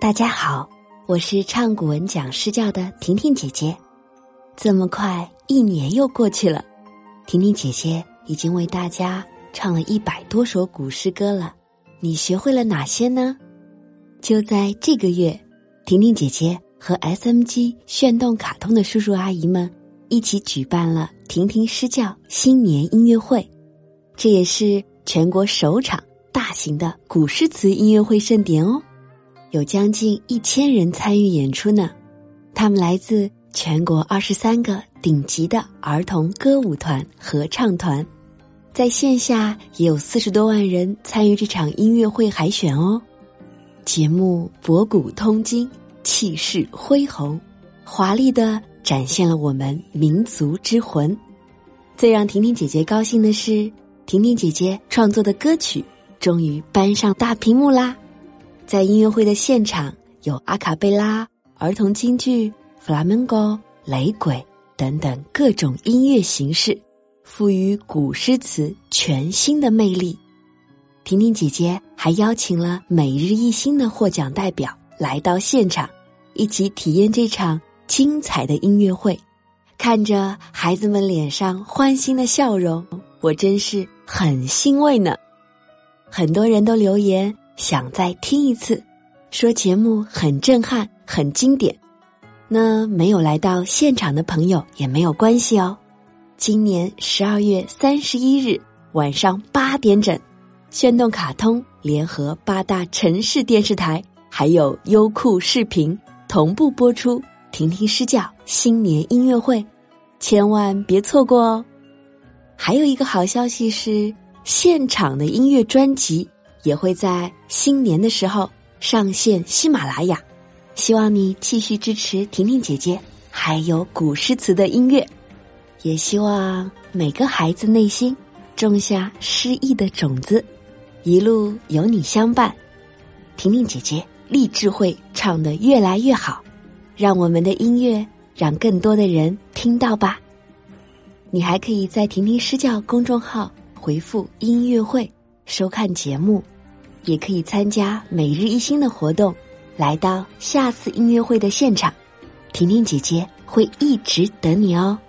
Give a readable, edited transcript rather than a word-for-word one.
大家好，我是唱古文讲诗教的婷婷姐姐。这么快1年又过去了，婷婷姐姐已经为大家唱了100多首古诗歌了，你学会了哪些呢？就在这个月，婷婷姐姐和 SMG 炫动卡通的叔叔阿姨们一起举办了婷婷诗教新年音乐会，这也是全国首场大型的古诗词音乐会盛典哦，有将近1000人参与演出呢。他们来自全国23个顶级的儿童歌舞团、合唱团，在线下也有40多万人参与这场音乐会海选哦。节目博古通今，气势恢宏，华丽地展现了我们民族之魂。最让婷婷姐姐高兴的是，婷婷姐姐创作的歌曲终于搬上大屏幕啦！在音乐会的现场，有阿卡贝拉、儿童京剧、弗拉门戈、雷鬼等等各种音乐形式，赋予古诗词全新的魅力。婷婷姐姐还邀请了每日一星的获奖代表来到现场，一起体验这场精彩的音乐会。看着孩子们脸上欢欣的笑容，我真是很欣慰呢。很多人都留言想再听一次，说节目很震撼，很经典。那没有来到现场的朋友也没有关系哦。今年12月31日晚上8点整，炫动卡通联合8大城市电视台还有优酷视频同步播出婷婷诗教新年音乐会，千万别错过哦。还有一个好消息是，现场的音乐专辑也会在新年的时候上线喜马拉雅，希望你继续支持婷婷姐姐还有古诗词的音乐，也希望每个孩子内心种下诗意的种子，一路有你相伴。婷婷姐姐立志会唱得越来越好，让我们的音乐让更多的人听到吧。你还可以在婷婷诗教公众号回复音乐会收看节目，也可以参加每日一星的活动，来到下次音乐会的现场，婷婷姐姐会一直等你哦。